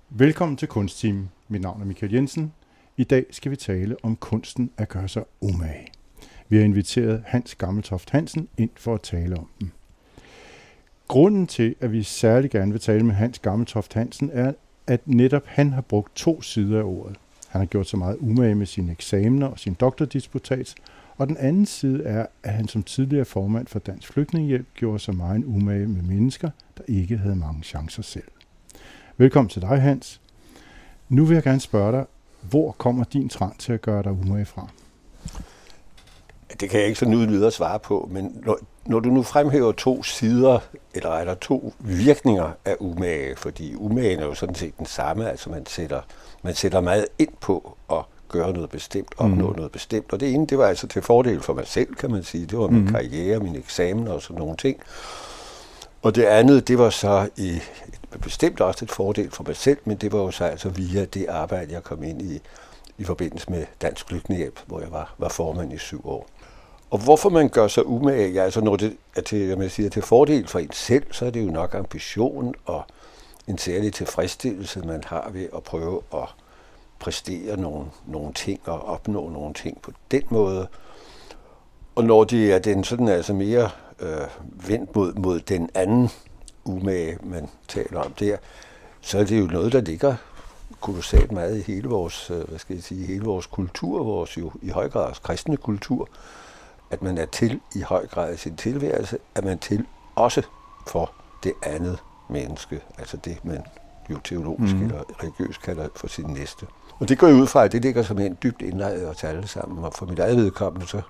Velkommen til Kunsttimen. Mit navn er Michael Jensen. I dag skal vi tale om kunsten at gøre sig umage. Vi har inviteret Hans Gammeltoft Hansen ind for at tale om den. Grunden til, at vi særlig gerne vil tale med Hans Gammeltoft Hansen, er, at netop han har brugt 2 sider af ordet. Han har gjort sig meget umage med sine eksamener og sin doktordisputats, og den anden side er, at han som tidligere formand for Dansk Flygtningehjælp gjorde sig meget umage med mennesker, der ikke havde mange chancer selv. Velkommen til dig, Hans. Nu vil jeg gerne spørge dig, hvor kommer din trang til at gøre dig umage fra? Det kan jeg ikke sådan uden videre svare på, men når du nu fremhæver 2 sider, eller er der 2 virkninger af umage, fordi umagen er jo sådan set den samme, altså man sætter meget ind på at gøre noget bestemt, opnå noget bestemt, og det ene, det var altså til fordel for mig selv, kan man sige, det var min karriere, mine eksamener og sådan nogle ting, og det andet, det var så bestemt også et fordel for mig selv, men det var jo så altså via det arbejde, jeg kom ind i forbindelse med Dansk Flygtningehjælp, hvor jeg var formand i 7 år. Og hvorfor man gør sig umage, ja, altså når det er til fordel for en selv, så er det jo nok ambition og en særlig tilfredsstillelse, man har ved at prøve at præstere nogle ting og opnå nogle ting på den måde. Og når det er den sådan altså mere vendt mod den anden umage, man taler om der, så er det jo noget, der ligger kolossalt meget i hele vores, hele vores kultur, vores jo i høj grad kristne kultur, at man er til i høj grad i sin tilværelse, at man til også for det andet menneske, altså det, man jo teologisk eller religiøst kalder for sin næste. Og det går jo ud fra, at det ligger som en dybt indlejret os alle sammen, og for mit eget vedkommende så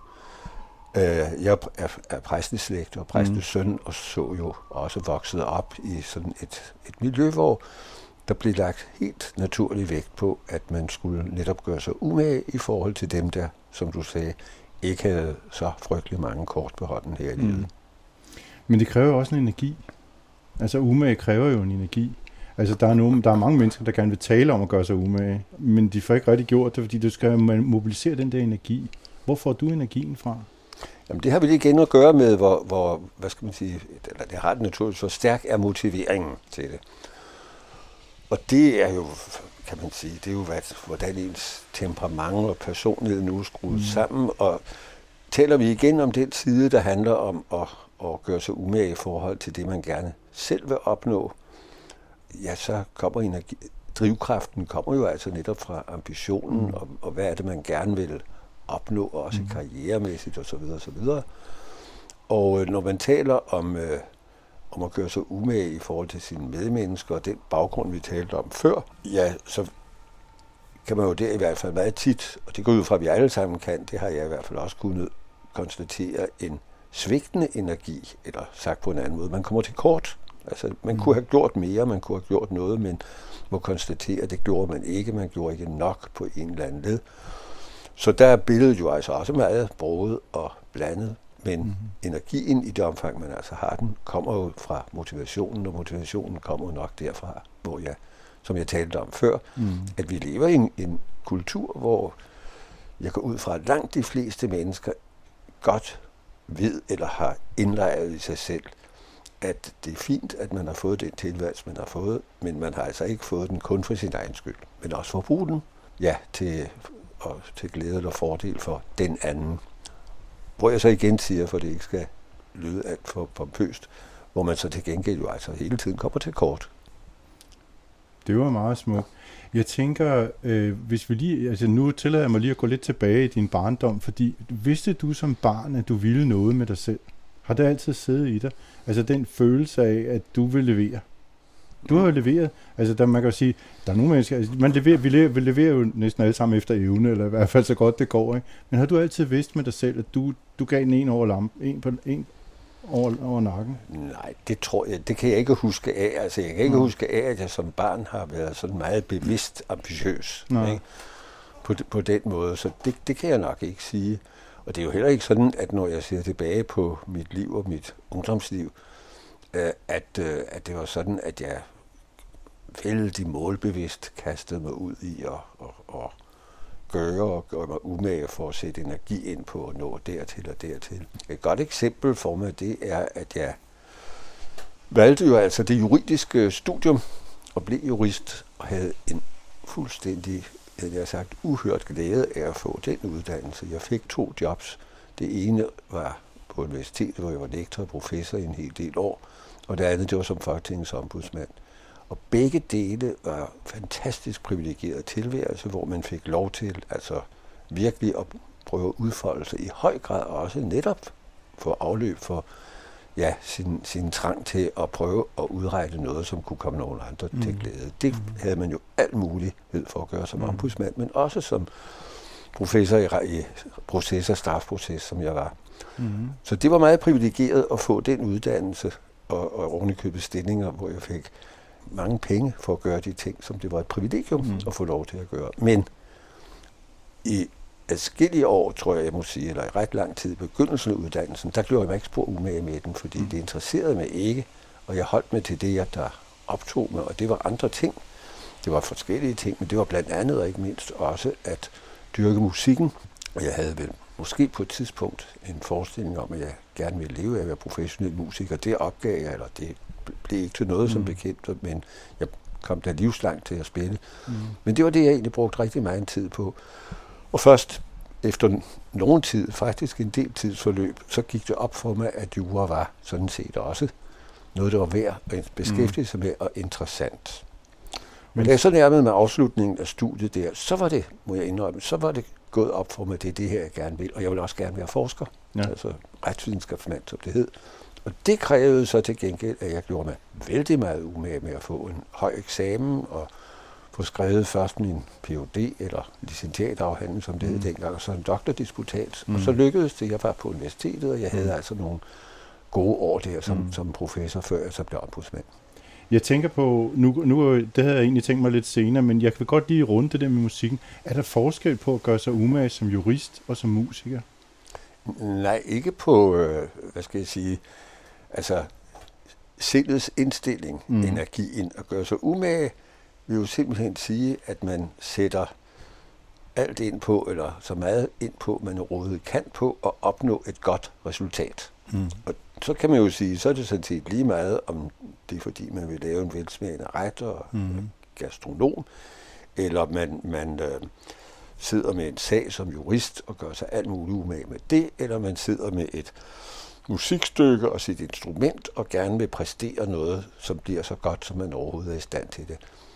jeg er præsteslægt og præstes søn, og så jo også vokset op i sådan et miljø, hvor der blev lagt helt naturlig vægt på, at man skulle netop gøre sig umage i forhold til dem, der, som du sagde, ikke havde så frygtelig mange kort på hånden her i livet. Men det kræver også en energi. Altså umage kræver jo en energi. Altså der er mange mennesker, der gerne vil tale om at gøre sig umage, men de får ikke rigtig gjort det, fordi du skal mobilisere den der energi. Hvor får du energien fra? Jamen det har vi lige igen at gøre med, hvor hvad skal man sige, eller det har det naturligvis, hvor stærk er motiveringen til det. Og det er jo, kan man sige, det er jo, hvordan ens temperament og personlighed nu er skruet sammen. Og taler vi igen om den side, der handler om at gøre sig umage i forhold til det, man gerne selv vil opnå, ja, så kommer drivkraften kommer jo altså netop fra ambitionen, og hvad er det, man gerne vil opnå, også karrieremæssigt osv. osv. Og når man taler om at gøre sig umage i forhold til sine medmennesker, og den baggrund, vi talte om før, ja, så kan man jo der i hvert fald meget tit, og det går ud fra, at vi alle sammen kan, det har jeg i hvert fald også kunnet konstatere, en svigtende energi, eller sagt på en anden måde, man kommer til kort. Altså, man kunne have gjort mere, man kunne have gjort noget, men må konstatere, at det gjorde man ikke. Man gjorde ikke nok på en eller anden led. Så der er billedet jo altså også meget broget og blandet, men energien i det omfang, man altså har den, kommer jo fra motivationen, og motivationen kommer jo nok derfra, hvor jeg, som jeg talte om før, at vi lever i en kultur, hvor jeg går ud fra, at langt de fleste mennesker godt ved eller har indlejret i sig selv, at det er fint, at man har fået den tilværelse, man har fået, men man har altså ikke fået den kun for sin egen skyld, men også for at bruge den, ja, til glæde eller fordel for den anden. Hvor jeg så igen siger, for det ikke skal lyde alt for pompøst, hvor man så til gengæld jo altså hele tiden kommer til kort. Det var meget smukt. Jeg tænker, hvis vi lige, altså nu tillader jeg mig lige at gå lidt tilbage i din barndom, fordi vidste du som barn, at du ville noget med dig selv? Har det altid siddet i dig? Altså den følelse af, at du vil levere. Du har jo leveret, altså der, man kan jo sige, der er nogle mennesker, altså, vi leverer jo næsten alle sammen efter evne, eller i hvert fald så godt det går, ikke? Men har du altid vidst med dig selv, at du gav en over lampen, en over nakken? Nej, det tror jeg, det kan jeg ikke huske af. Altså jeg kan ikke huske af, at jeg som barn har været sådan meget bevidst ambitiøs, ikke? På den måde, så det kan jeg nok ikke sige. Og det er jo heller ikke sådan, at når jeg ser tilbage på mit liv og mit ungdomsliv, at det var sådan, at jeg vældig målbevidst kastede mig ud i at gøre og gøre mig umage for at sætte energi ind på at nå dertil og dertil. Et godt eksempel for mig, det er, at jeg valgte jo altså det juridiske studium og blev jurist og havde en fuldstændig, havde jeg sagt, uhørt glæde af at få den uddannelse. Jeg fik 2 jobs. Det ene var på universitetet, hvor jeg var lektor og professor i en hel del år, og det andet, det var som Folketingets ombudsmand. Og begge dele var fantastisk privilegeret tilværelse, hvor man fik lov til altså virkelig at prøve at udfolde sig i høj grad også netop for afløb for sin trang til at prøve at udrette noget, som kunne komme nogle andre til glæde. Det havde man jo al mulighed for at gøre som ombudsmand, men også som professor i proces og strafproces, som jeg var. Så det var meget privilegeret at få den uddannelse og ovenikøbet stillinger, hvor jeg fik mange penge for at gøre de ting, som det var et privilegium at få lov til at gøre. Men i adskillige år, tror jeg må sige, eller i ret lang tid i begyndelsen af uddannelsen, der gjorde jeg mig ikke spor umage med den, fordi det interesserede mig ikke, og jeg holdt mig til det, der optog mig, og det var andre ting. Det var forskellige ting, men det var blandt andet og ikke mindst også at dyrke musikken. Og jeg havde vel måske på et tidspunkt en forestilling om, at jeg gerne ville leve af at være professionel musiker. Det opgav jeg, eller det blev ikke til noget som bekendt, men jeg kom da livslangt til at spille. Men det var det, jeg egentlig brugte rigtig meget tid på. Og først efter nogen tid, faktisk en del tidsforløb, så gik det op for mig, at jura var sådan set også noget, der var værd at beskæftige sig med og interessant. Men da jeg så nærmede med afslutningen af studiet der, så var det, må jeg indrømme, så var det gået op for mig, det her, jeg gerne vil. Og jeg vil også gerne være forsker, altså retsvidenskabsmand, som det hed. Og det krævede så til gengæld, at jeg gjorde mig vældig meget umage med at få en høj eksamen og få skrevet først min Ph.D. eller licentiatafhandling, som det hed dengang, og så en doktordisputat. Og så lykkedes det, jeg var på universitetet, og jeg havde altså nogle gode år der som professor, før jeg så blev ombudsmand. Jeg tænker på, nu det havde jeg egentlig tænkt mig lidt senere, men jeg kan godt lige runde det der med musikken. Er der forskel på at gøre sig umage som jurist og som musiker? Nej, ikke på, hvad skal jeg sige, altså sindets indstilling, energien. At gøre sig umage vil jo simpelthen sige, at man sætter alt ind på, eller så meget ind på, man overhovedet kan på, at opnå et godt resultat. Og så kan man jo sige, så er det sådan set lige meget, om det er fordi, man vil lave en velsmagende ret og gastronom, eller man sidder med en sag som jurist og gør sig alt muligt umage med det, eller man sidder med et musikstykke og sit instrument og gerne vil præstere noget, som bliver så godt, som man overhovedet er i stand til det.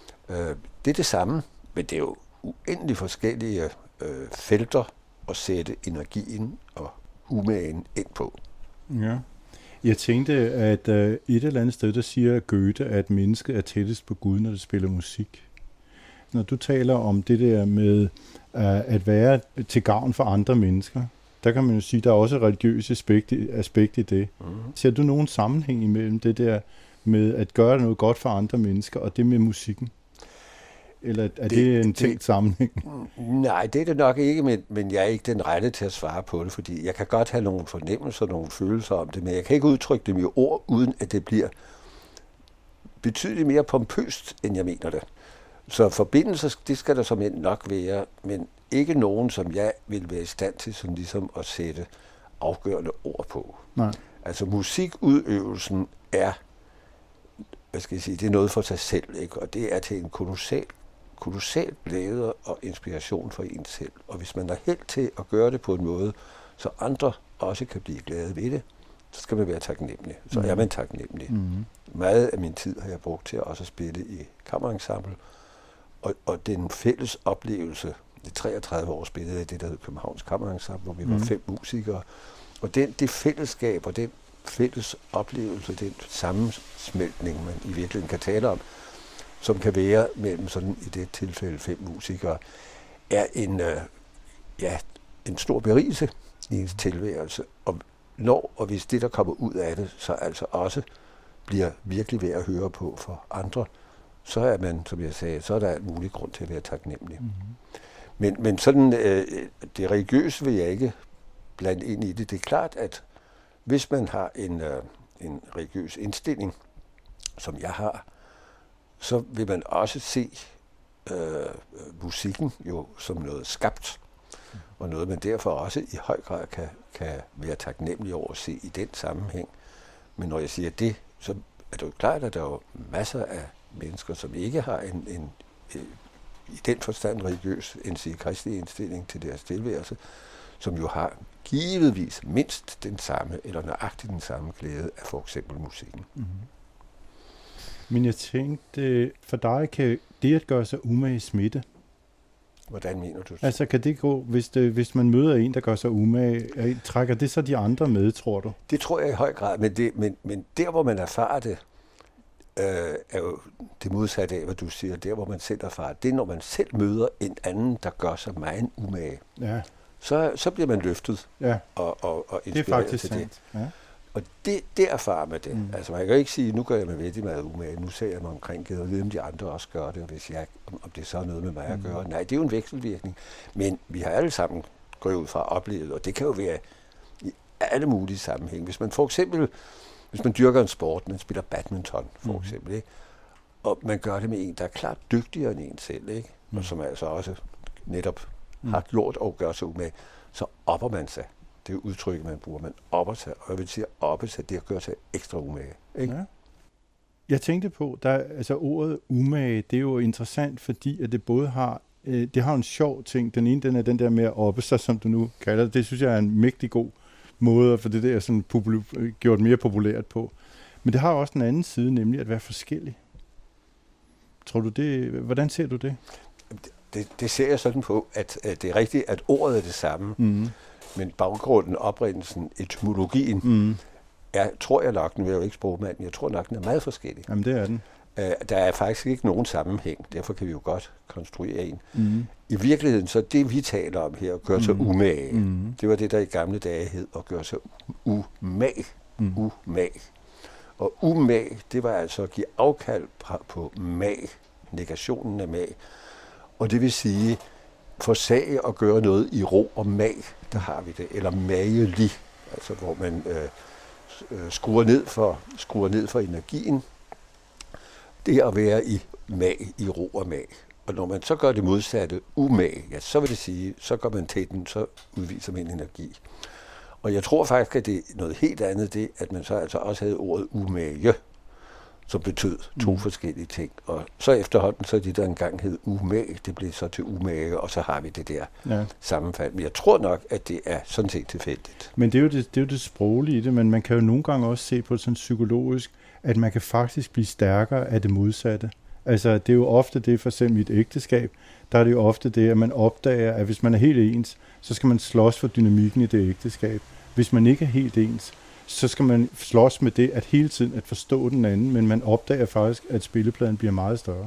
Det er det samme, men det er jo uendelig forskellige felter at sætte energien og umagen ind på. Ja. Jeg tænkte, at et eller andet sted, der siger Goethe, at mennesket er tættest på Gud, når det spiller musik. Når du taler om det der med at være til gavn for andre mennesker, der kan man jo sige, at der er også et religiøst aspekt i det. Ser du nogen sammenhæng imellem det der med at gøre noget godt for andre mennesker, og det med musikken? Eller er det en tænkt sammenhæng? Nej, det er det nok ikke, men jeg er ikke den rette til at svare på det, fordi jeg kan godt have nogle fornemmelser, nogle følelser om det, men jeg kan ikke udtrykke dem i ord, uden at det bliver betydeligt mere pompøst, end jeg mener det. Så forbindelser, det skal der som end nok være, men ikke nogen, som jeg vil være i stand til sådan ligesom at sætte afgørende ord på. Nej. Altså musikudøvelsen er, hvad skal jeg sige, det er noget for sig selv, ikke? Og det er til en kolossal glæde og inspiration for en selv. Og hvis man er held til at gøre det på en måde, så andre også kan blive glade ved det, så skal man være taknemmelig. Så er man taknemmelig. Meget af min tid har jeg brugt til at også spille i kammerensemble, og den fælles oplevelse, i 33 år spillede jeg det, der hed Københavns Kammerensemble, hvor vi var 5 musikere, og det fællesskab og den fælles oplevelse, den sammensmeltning, man i virkeligheden kan tale om, som kan være mellem sådan i det tilfælde 5 musikere, er en stor berigelse i ens tilværelse. Og når og hvis det, der kommer ud af det, så altså også bliver virkelig værd at høre på for andre, så er man, som jeg sagde, så er der en mulig grund til at være taknemmelig. Men sådan det religiøse vil jeg ikke blande ind i det. Det er klart, at hvis man har en religiøs indstilling, som jeg har, så vil man også se musikken jo som noget skabt, og noget man derfor også i høj grad kan være taknemmelig over at se i den sammenhæng. Men når jeg siger det, så er det jo klart, at der er jo masser af mennesker, som ikke har en i den forstand religiøs, end sige kristelig indstilling til deres tilværelse, som jo har givetvis mindst den samme, eller nøjagtigt den samme glæde af for eksempel musikken. Mm-hmm. Men jeg tænkte, for dig kan det at gøre sig umage smitte? Hvordan mener du det? Altså kan det gå, hvis man møder en, der gør sig umage, trækker det så de andre med, tror du? Det tror jeg i høj grad, men der, hvor man erfarer det, er jo det modsatte af, hvad du siger. Der, hvor man selv erfarer det, er, når man selv møder en anden, der gør sig meget umage. Ja. Så bliver man løftet og inspireret til det. Ja. Og det erfarer man det. Altså man kan jo ikke sige, nu gør jeg mig vældig meget umage, nu ser jeg mig omkring det, og ved, om de andre også gør det, og hvis jeg, om det så er noget med mig at gøre. Nej, det er jo en vekselvirkning. Men vi har alle sammen gået ud fra at opleve, og det kan jo være i alle mulige sammenhæng. Hvis man for eksempel, hvis man dyrker en sport, man spiller badminton for eksempel, ikke? Og man gør det med en, der er klart dygtigere end en selv, ikke? Og som altså også netop har gjort og gør sig umage, så opper man sig. Det er jo udtrykket, man bruger. Man opper sig, og jeg vil sige, oppe sig, det gør sig ekstra umage. Ikke? Ja. Jeg tænkte på, altså ordet umage, det er jo interessant, fordi at det både har, det har en sjov ting. Den ene, den er den der med at oppe sig, som du nu kalder det. Det synes jeg er en mægtig god måde, for det der er sådan gjort mere populært på. Men det har også en anden side, nemlig at være forskellig. Tror du det? Hvordan ser du det? Det ser jeg sådan på, at det er rigtigt, at ordet er det samme. Men baggrunden, oprindelsen, etymologien, tror jeg nok, nu er jeg jo ikke sprogmand, jeg tror nok, den er meget forskellig. Jamen, det er den. Der er faktisk ikke nogen sammenhæng, derfor kan vi jo godt konstruere en. I virkeligheden, så det vi taler om her, at gøre sig umage, det var det, der i gamle dage hed at gøre sig umage. Umage. Og umage, det var altså at give afkald på mag, negationen af mag. Og det vil sige, forsage at gøre noget i ro og mag, der har vi det, eller magelig, altså hvor man skruer ned for energien. Det at være i mag, i ro og mag. Og når man så gør det modsatte, umag, ja, så vil det sige, så går man til den, så udviser man energi. Og jeg tror faktisk, at det er noget helt andet, det, at man så altså også havde ordet umage, som betød to forskellige ting. Og så efterhånden, så det der engang hed umage, det blev så til umage, og så har vi det der sammenfald. Men jeg tror nok, at det er sådan set tilfældigt. Men det er jo det sproglige i det, men man kan jo nogle gange også se på det sådan psykologisk, at man kan faktisk blive stærkere af det modsatte. Altså, det er jo ofte det, for eksempel i et ægteskab, der er det jo ofte det, at man opdager, at hvis man er helt ens, så skal man slås for dynamikken i det ægteskab. Hvis man ikke er helt ens, så skal man slås med det, at hele tiden at forstå den anden, men man opdager faktisk, at spillepladen bliver meget større.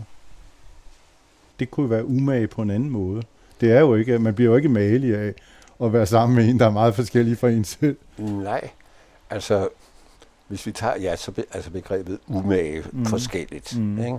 Det kunne være umage på en anden måde. Det er jo ikke, man bliver jo ikke magelig af at være sammen med en, der er meget forskellig fra en selv. Nej, altså hvis vi tager så begrebet umage forskelligt, ikke?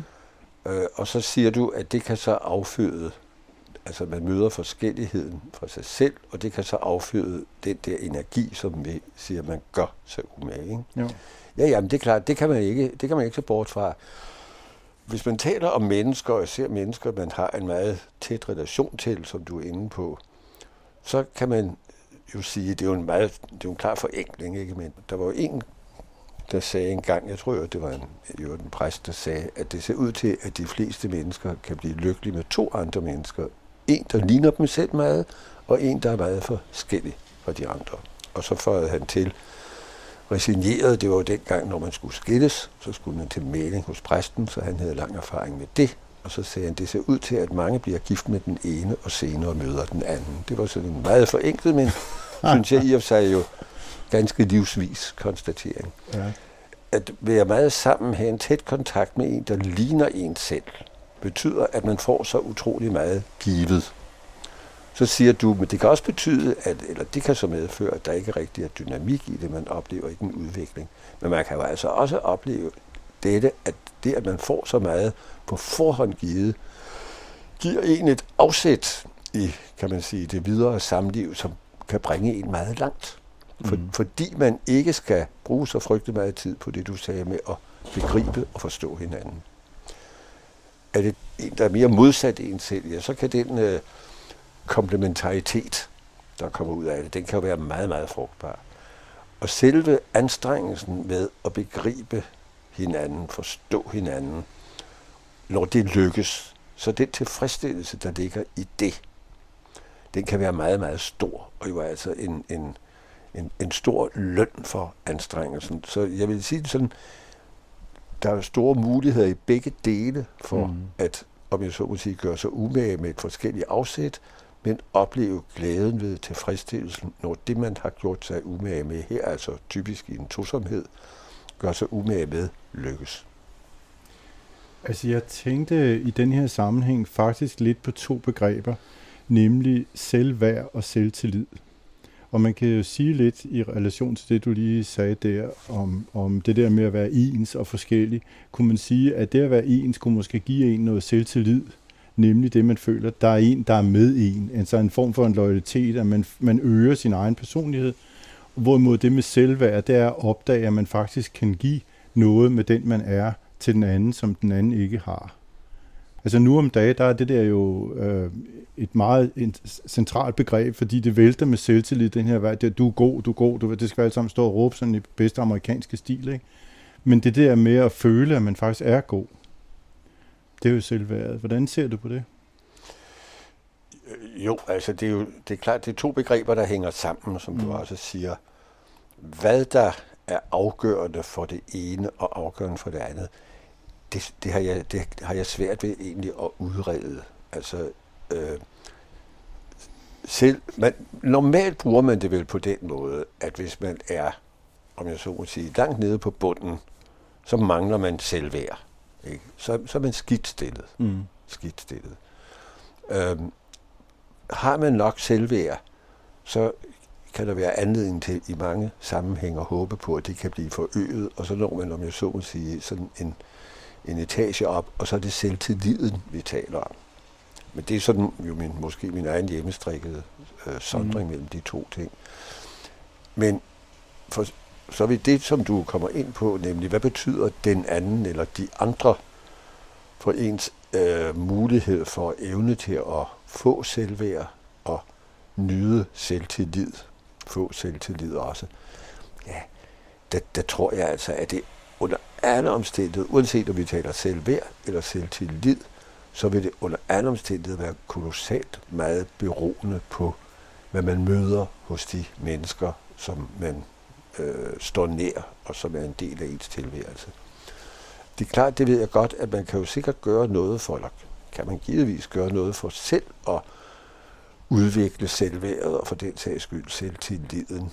Og så siger du, at det kan så afføde, altså man møder forskelligheden fra sig selv, og det kan så afføde den der energi, som vi siger, man gør sig umage. Ikke? Jo. Ja, men det er klart, det kan man ikke se bort fra. Hvis man taler om mennesker, og ser mennesker, man har en meget tæt relation til, som du er inde på, så kan man jo sige, det er jo en klar forenkling, ikke? Men der var jo en, der sagde engang, jeg tror jo, det var en præst, der sagde, at det ser ud til, at de fleste mennesker kan blive lykkelige med to andre mennesker. En, der ligner dem selv meget, og en, der er meget forskellig fra de andre. Og så føjede han til, resigneret, det var jo dengang, når man skulle skilles, så skulle man til mægling hos præsten, så han havde lang erfaring med det. Og så sagde han, det ser ud til, at mange bliver gift med den ene, og senere møder den anden. Det var sådan en meget forenklet, men synes jeg i og for sig jo ganske livsvis konstatering. Ja. At være meget sammen, have en tæt kontakt med en, der ligner en selv, betyder, at man får så utrolig meget givet. Så siger du, men det kan også betyde, eller det kan så medføre, at der ikke rigtig er dynamik i det, man oplever ikke en udvikling. Men man kan jo altså også opleve dette, at det, at man får så meget på forhånd givet, giver en et afsæt i, kan man sige, det videre samliv, som kan bringe en meget langt. Fordi man ikke skal bruge så frygtelig meget tid på det, du sagde med at begribe og forstå hinanden. Er det en, der er mere modsat en selv, ja, så kan den komplementaritet, der kommer ud af det, den kan jo være meget, meget frugtbar. Og selve anstrengelsen med at begribe hinanden, forstå hinanden, når det lykkes, så den tilfredsstillelse, der ligger i det, den kan være meget, meget stor, og jo altså en stor løn for anstrengelsen. Så jeg vil sige det sådan, der er store muligheder i begge dele for at, om jeg så må sige, gøre sig umage med et forskelligt afsæt, men opleve glæden ved tilfredsstillelsen, når det, man har gjort sig umage med her, altså typisk i en tosomhed, gør sig umage med, lykkes. Altså jeg tænkte i den her sammenhæng faktisk lidt på 2 begreber, nemlig selvværd og selvtillid. Og man kan jo sige lidt i relation til det, du lige sagde der, om det der med at være ens og forskellig, kunne man sige, at det at være ens kunne måske give en noget selvtillid, nemlig det, man føler, der er en, der er med en. Altså en form for en loyalitet, at man øger sin egen personlighed. Hvorimod det med selvværd, det er at opdage, at man faktisk kan give noget med den, man er, til den anden, som den anden ikke har. Altså nu om dagen, der er det der jo et meget centralt begreb, fordi det vælter med selvtillid, den her værd, du er god, det skal alle sammen stå og råbe sådan i bedste amerikanske stil, ikke? Men det der med at føle, at man faktisk er god, det er jo selvværdet. Hvordan ser du på det? Jo, altså det er klart, det er 2 begreber, der hænger sammen, som du også siger. Hvad der er afgørende for det ene og afgørende for det andet, det har jeg svært ved egentlig at udrede. Altså, normalt bruger man det vel på den måde, at hvis man er, om jeg så må sige, langt nede på bunden, så mangler man selvværd. Ikke? Så er man skidt stillet. Skidt stillet. Har man nok selvværd, så kan der være anledning til i mange sammenhænge at håbe på, at det kan blive forøget, og så når man, om jeg så må sige, sådan en etage op, og så er det selvtilliden, vi taler om. Men det er sådan jo måske min egen hjemmestrikkede sondring mellem de 2 ting. Men så er det, som du kommer ind på, nemlig hvad betyder den anden eller de andre for ens mulighed for evne til at få selvværd og nyde selvtillid. Få selvtillid også. Ja, der tror jeg altså, at det under alle omstændigheder, uanset om vi taler selvværd eller selvtillid, så vil det under alle omstændigheder være kolossalt meget beroende på, hvad man møder hos de mennesker, som man står nær, og som er en del af ens tilværelse. Det er klart, det ved jeg godt, at man kan jo sikkert gøre noget for, eller kan man givetvis gøre noget for selv at udvikle selvværdet, og for den sags skyld selvtilliden.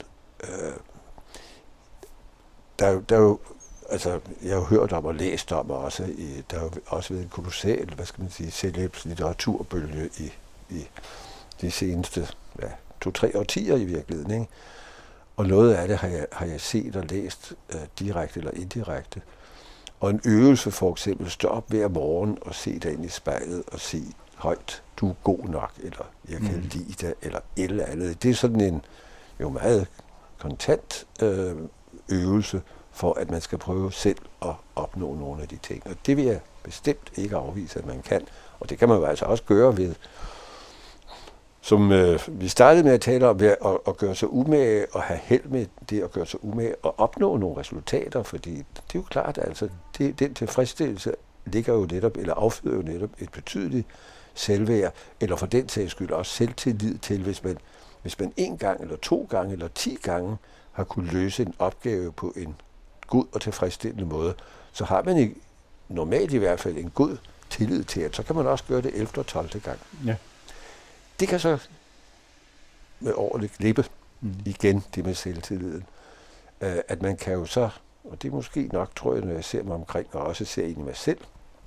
Der er jo altså, jeg har jo hørt om og læst om også, der har jo også været en kolossal, selvhjælpslitteraturbølge i de seneste 2-3 årtier i virkeligheden, ikke? Og noget af det har jeg set og læst direkte eller indirekte. Og en øvelse for eksempel, stå op hver morgen og se dig ind i spejlet og sige højt, du er god nok, eller jeg kan lide dig, eller et eller andet. Det er sådan en jo meget kontant øvelse, for at man skal prøve selv at opnå nogle af de ting. Og det vil jeg bestemt ikke afvise, at man kan. Og det kan man jo altså også gøre ved, som vi startede med at tale om, ved at gøre sig umage og have held med det at gøre sig umage og opnå nogle resultater, fordi det er jo klart, altså den tilfredsstillelse ligger jo netop, eller afføder jo netop et betydeligt selvværd, eller for den sags skyld også selvtillid til, hvis man 1 gang, eller 2 gange, eller 10 gange har kunne løse en opgave på en god og tilfredsstillende måde, så har man ikke, normalt i hvert fald en god tillid til, at så kan man også gøre det 11. og 12. gang. Ja. Det kan så med årene glippe igen, det med selvtilliden. At man kan jo så, og det er måske nok, tror jeg, når jeg ser mig omkring, og også ser ind i mig selv,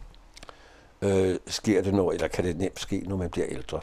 sker det når, eller kan det nemt ske, når man bliver ældre.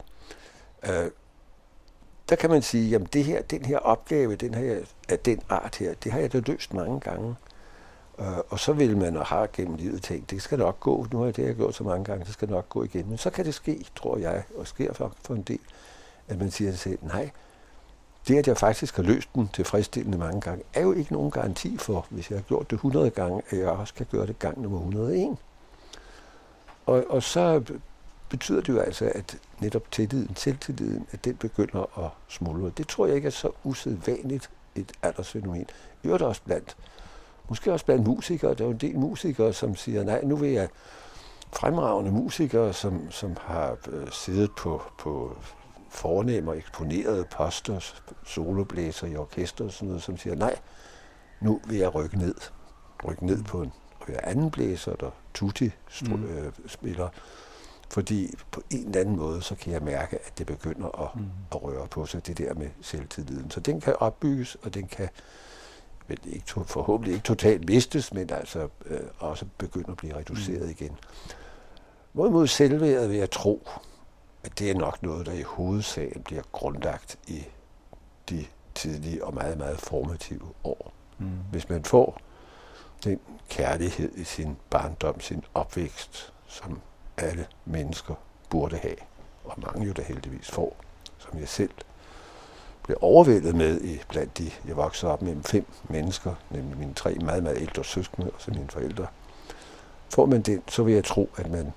Der kan man sige, jamen den her opgave, af den art her, det har jeg da løst mange gange. Og så vil man og har gennem livet tænkt, det skal nok gå, nu har jeg gjort så mange gange, det skal nok gå igen. Men så kan det ske, tror jeg, og sker for en del, at man siger til sig, nej, det at jeg faktisk har løst den tilfredsstillende mange gange, er jo ikke nogen garanti for, hvis jeg har gjort det 100 gange, at jeg også kan gøre det gang nummer 101. Og så betyder det jo altså, at netop selvtilliden, at den begynder at smuldre. Det tror jeg ikke er så usædvanligt et aldersfænomen. Det er også måske også blandt musikere. Der er jo en del musikere, som siger, nej, nu vil jeg fremragende musikere, som har siddet på fornemme og eksponerede poster, soloblæser i orkester og sådan noget, som siger, nej, nu vil jeg rykke ned på en anden blæser, der tutti-spiller, fordi på en eller anden måde, så kan jeg mærke, at det begynder at røre på sig, det der med selvtilliden. Så den kan opbygges, og den kan forhåbentlig ikke totalt mistes, men altså også begynde at blive reduceret igen. Hvorimod selvværdet vil jeg tro, at det er nok noget, der i hovedsagen bliver grundlagt i de tidlige og meget, meget formative år. Hvis man får den kærlighed i sin barndom, sin opvækst, som alle mennesker burde have, og mange jo da heldigvis får, som jeg selv blev overvældet med blandt de, jeg voksede op mellem 5 mennesker, nemlig mine 3 meget, meget ældre søskende og så mine forældre. Får man den, så vil jeg tro, at man,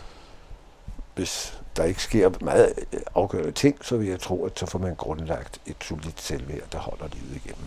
hvis der ikke sker meget afgørende ting, så vil jeg tro, at så får man grundlagt et solidt selvværd, der holder livet igennem.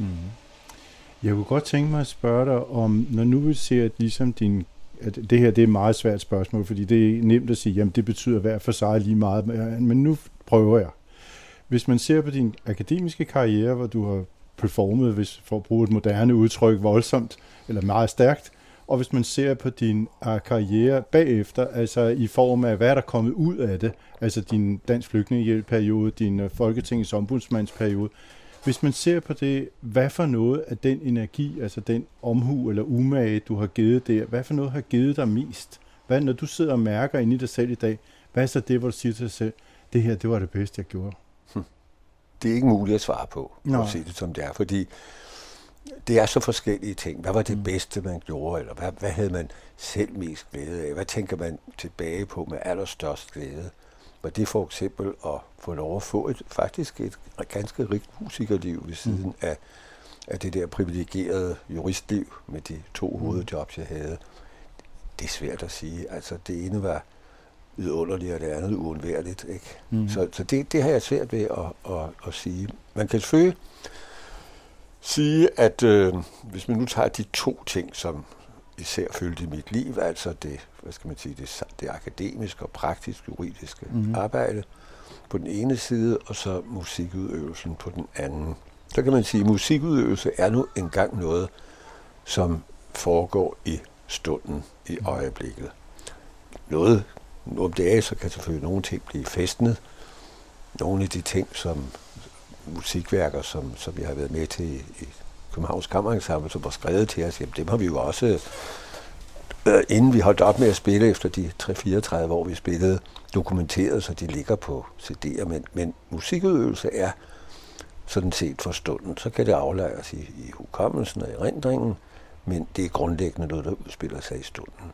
Jeg kunne godt tænke mig at spørge dig om, når nu vi ser, at ligesom at det her det er et meget svært spørgsmål, fordi det er nemt at sige, jamen det betyder hver for sig lige meget, men nu prøver jeg. Hvis man ser på din akademiske karriere, hvor du har performet, for at bruge et moderne udtryk, voldsomt eller meget stærkt, og hvis man ser på din karriere bagefter, altså i form af, hvad der er kommet ud af det, altså din Dansk Flygtningehjælp-periode, din Folketingets ombudsmandsperiode, hvis man ser på det, hvad for noget af den energi, altså den omhu eller umage, du har givet der, hvad for noget har givet dig mest? Når du sidder og mærker inde i dig selv i dag, hvad er så det, hvor du siger til dig selv, det her, det var det bedste, jeg gjorde? Det er ikke muligt at svare på, at sige det som det er, fordi det er så forskellige ting. Hvad var det bedste, man gjorde, eller hvad havde man selv mest glæde af? Hvad tænker man tilbage på med allerstørst glæde? Var det for eksempel at få lov at få faktisk et ganske rigt musikerliv ved siden af det der privilegerede juristliv med de 2 hovedjobs, jeg havde? Det er svært at sige. Altså, det ene var vidunderligt, og det andet uundværligt, ikke? Så det har jeg svært ved at sige. Man kan selvfølgelig sige, at hvis man nu tager de 2 ting, som især fyldte i mit liv, altså det, det akademiske og praktisk juridiske arbejde på den ene side, og så musikudøvelsen på den anden. Så kan man sige, at musikudøvelse er nu engang noget, som foregår i stunden, i øjeblikket. Noget om det er, så kan selvfølgelig nogle ting blive festnet. Nogle af de ting, som musikværker, som jeg har været med til i Københavns Kammerensemble, som var skrevet til os, jamen dem har vi jo også, inden vi holdt op med at spille efter de 3-34 år, vi spillede, dokumenteret, så de ligger på CD'er. Men musikudøvelse er sådan set for stunden. Så kan det aflejres i hukommelsen og i erindringen, men det er grundlæggende noget, der udspiller sig i stunden.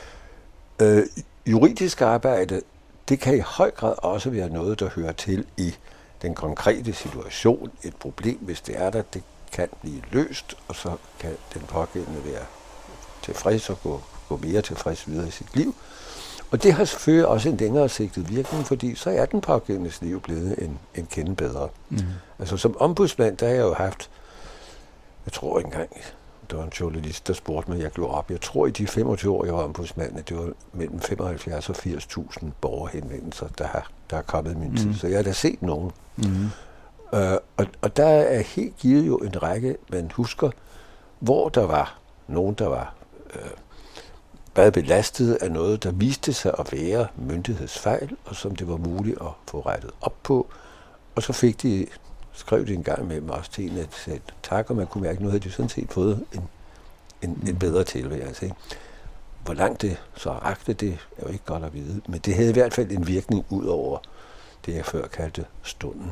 Juridisk arbejde, det kan i høj grad også være noget, der hører til i den konkrete situation. Et problem, hvis det er der, det kan blive løst, og så kan den pågældende være tilfreds og gå mere tilfreds videre i sit liv. Og det har selvfølgelig også en længere sigtet virkning, fordi så er den pågældendes liv blevet en kende bedre. Altså som ombudsmand, der har jeg jo haft, jeg tror ikke engang, der var en journalist, der spurgte mig, jeg gjorde op. Jeg tror i de 25 år, jeg var ombudsmand, at det var mellem 75 og 80.000 borgerhenvendelser, der er kommet i min tid. Så jeg har da set nogen. Og der er helt givet jo en række, man husker, hvor der var nogen, der var været belastet af noget, der viste sig at være myndighedsfejl, og som det var muligt at få rettet op på. Og så skrev de en gang med mig også til en, at sagde, tak, og man kunne mærke, nu havde de sådan set fået en bedre tilværelse. Ikke? Hvor langt det så rakte, det er jo ikke godt at vide, men det havde i hvert fald en virkning ud over det, jeg før kaldte stunden.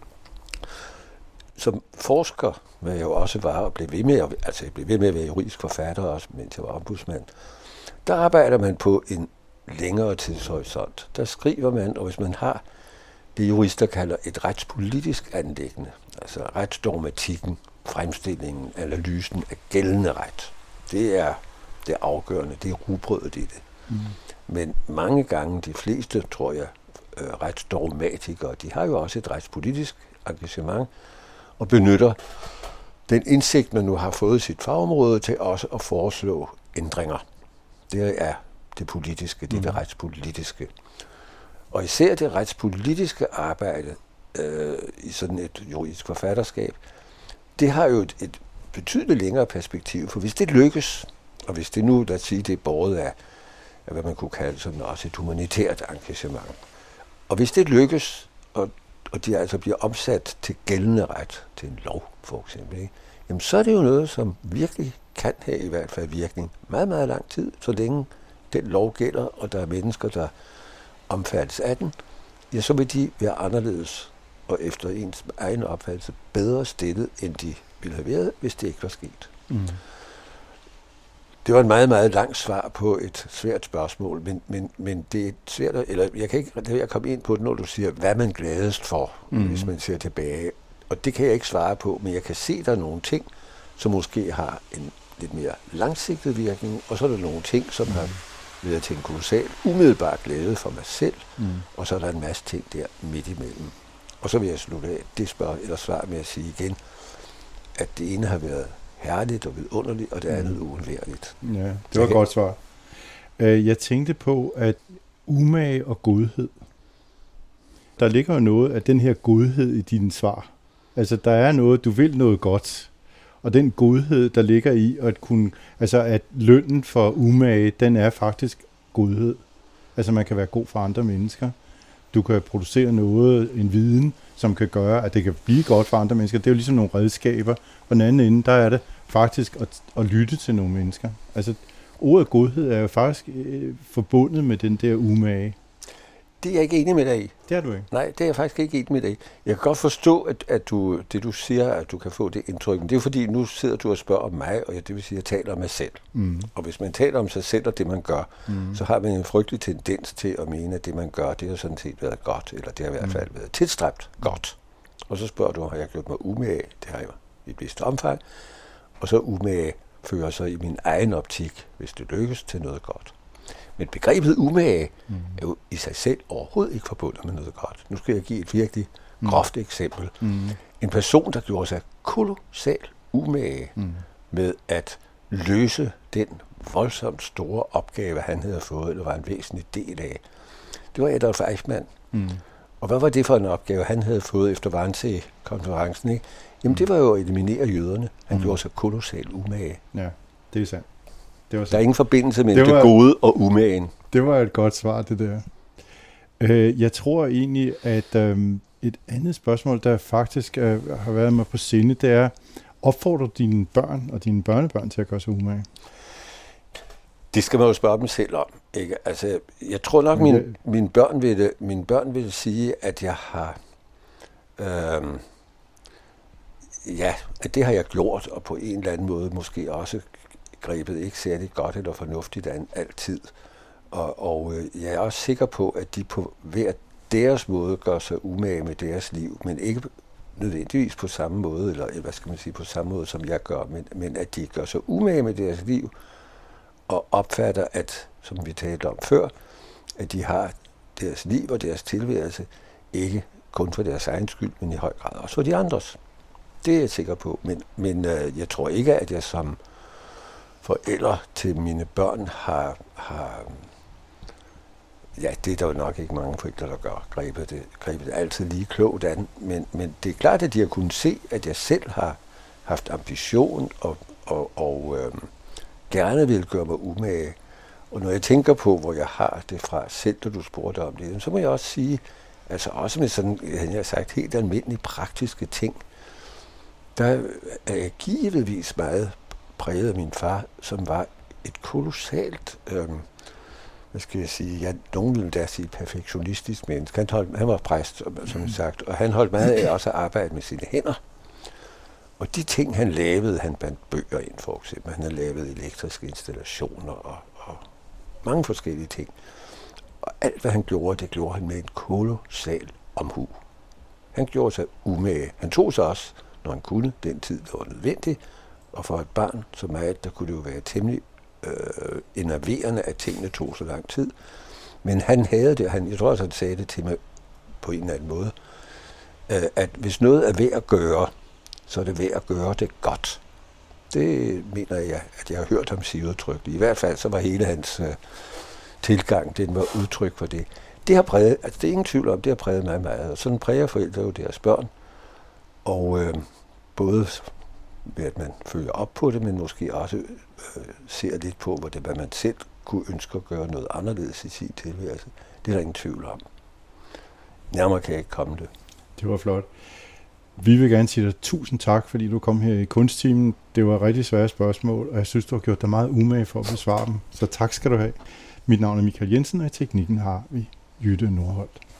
Som forsker, hvad jeg jo også var, og blev ved med at være juridisk forfatter, også mens jeg var ombudsmand, der arbejder man på en længere tidshorisont. Der skriver man, og hvis man har det jurister kalder et retspolitisk anliggende, altså retsdogmatikken, fremstillingen, analysen af gældende ret, det er det afgørende, det er rugbrødet i det. Men mange gange, de fleste, tror jeg, retsdogmatikere, de har jo også et retspolitisk engagement, og benytter den indsigt, man nu har fået i sit fagområde, til også at foreslå ændringer. Det er det politiske, det retspolitiske. Og især det retspolitiske arbejde i sådan et juridisk forfatterskab, det har jo et betydeligt længere perspektiv, for hvis det lykkes, og hvis det nu, lad os sige, det er båret af hvad man kunne kalde sådan også et humanitært engagement, og hvis det lykkes, og de altså bliver omsat til gældende ret, til en lov for eksempel, ikke? Jamen så er det jo noget, som virkelig kan have i hvert fald virkning meget, meget lang tid, så længe den lov gælder, og der er mennesker, der omfattes af den, ja, så vil de være anderledes, og efter ens egen opfattelse bedre stillet, end de ville have været, hvis det ikke var sket. Mm. Det var en meget, meget lang svar på et svært spørgsmål, men det er et svært, eller jeg kan ikke lade at komme ind på det, når du siger, hvad man glædest for, hvis man ser tilbage. Og det kan jeg ikke svare på, men jeg kan se, der er nogle ting, som måske har en lidt mere langsigtet virkning, og så er der nogle ting, som har været til en kolossal umiddelbar glæde for mig selv, og så er der en masse ting der midt imellem. Og så vil jeg slutte af det svar med at sige igen, at det ene har været herligt og vidunderligt, og det andet uundværligt. Ja, det var et godt svar. Jeg tænkte på, at umage og godhed, der ligger jo noget af den her godhed i dine svar. Altså, der er noget, du vil noget godt, og den godhed, der ligger i at kunne, altså at lønnen for umage, den er faktisk godhed. Altså, man kan være god for andre mennesker. Du kan producere noget, en viden, som kan gøre, at det kan blive godt for andre mennesker. Det er jo ligesom nogle redskaber. På den anden ende, der er det faktisk at lytte til nogle mennesker. Altså, ordet godhed er jo faktisk forbundet med den der umage. Det er jeg ikke enig med dig i. Det er du ikke? Nej, det er jeg faktisk ikke enig med dig i. Jeg kan godt forstå, at du siger, at du kan få det indtryk. Men det er fordi, nu sidder du og spørger om mig, og det vil sige, at jeg taler om mig selv. Mm. Og hvis man taler om sig selv og det, man gør, så har man en frygtelig tendens til at mene, at det, man gør, det har sådan set været godt, eller det har i hvert fald været tilstræbt godt. Og så spørger du, har jeg gjort mig umage? Det har jeg i et vist omfang. Og så umage fører sig i min egen optik, hvis det lykkes, til noget godt. Men begrebet umage er jo i sig selv overhovedet ikke forbundet med noget godt. Nu skal jeg give et virkelig groft eksempel. En person, der gjorde sig kolossal umage med at løse den voldsomt store opgave, han havde fået, eller var en væsentlig del af, det var Adolf Eichmann. Og hvad var det for en opgave, han havde fået efter Wannsee-konferencen? Ikke? Jamen, det var jo at eliminere jøderne. Han gjorde sig kolossal umage. Ja, det er sandt. Der er ingen forbindelse mellem det gode og umagen. Det var et godt svar, det der. Jeg tror egentlig, at et andet spørgsmål, der faktisk har været mig på sinde, det er, opfordrer dine børn og dine børnebørn til at gøre sig umage? Det skal man jo spørge dem selv om. Ikke? Altså, jeg tror nok, mine børn vil sige, at jeg har... at det har jeg gjort, og på en eller anden måde måske også grebet ikke særlig godt eller fornuftigt an altid. Og jeg er også sikker på, at de på hver deres måde gør sig umage med deres liv, men ikke nødvendigvis på samme måde, eller hvad skal man sige, på samme måde, som jeg gør, men at de gør sig umage med deres liv, og opfatter, at, som vi talte om før, at de har deres liv og deres tilværelse, ikke kun for deres egen skyld, men i høj grad også for de andres. Det er jeg sikker på, men jeg tror ikke, at jeg som forældre til mine børn har ja, det er der jo nok ikke mange forældre, der gør, grebet det altid lige klogt an, men det er klart, at de har kunnet se, at jeg selv har haft ambition og gerne vil gøre mig umage. Og når jeg tænker på, hvor jeg har det fra selv, da du spurgte om det, så må jeg også sige, altså også med sådan, jeg har sagt, helt almindelige praktiske ting, der er jeg givetvis meget præget af min far, som var et kolossalt, hvad skal jeg sige, nogen ville da sige perfektionistisk menneske. Han var præst, som sagt, og han holdt meget af også at arbejde med sine hænder. Og de ting, han lavede, han bandt bøger ind for eksempel. Han havde lavet elektriske installationer og mange forskellige ting. Og alt, hvad han gjorde, det gjorde han med en kolossal omhu. Han gjorde sig umage. Han tog sig også, når han kunne, den tid, der var nødvendig. Og for et barn som mig, der kunne det jo være temmelig enerverende, at tingene tog så lang tid. Men han havde det, jeg tror også, han sagde det til mig på en eller anden måde, at hvis noget er ved at gøre, så er det ved at gøre det godt. Det mener jeg, at jeg har hørt ham sige udtrykkeligt. I hvert fald så var hele hans tilgang, den var udtryk for det. Det har præget, altså det er ingen tvivl om, det har præget mig meget, og sådan præger forældre jo deres børn. Og både ved at man følger op på det, men måske også ser lidt på, hvad man selv kunne ønske at gøre noget anderledes i sin tilværelse. Det er der ingen tvivl om. Nærmere kan jeg ikke komme det. Det var flot. Vi vil gerne sige dig tusind tak, fordi du kom her i Kunsttimen. Det var rigtig svære spørgsmål, og jeg synes, du har gjort dig meget umage for at besvare dem. Så tak skal du have. Mit navn er Michael Jensen, og i teknikken har vi Jytte Nordholt.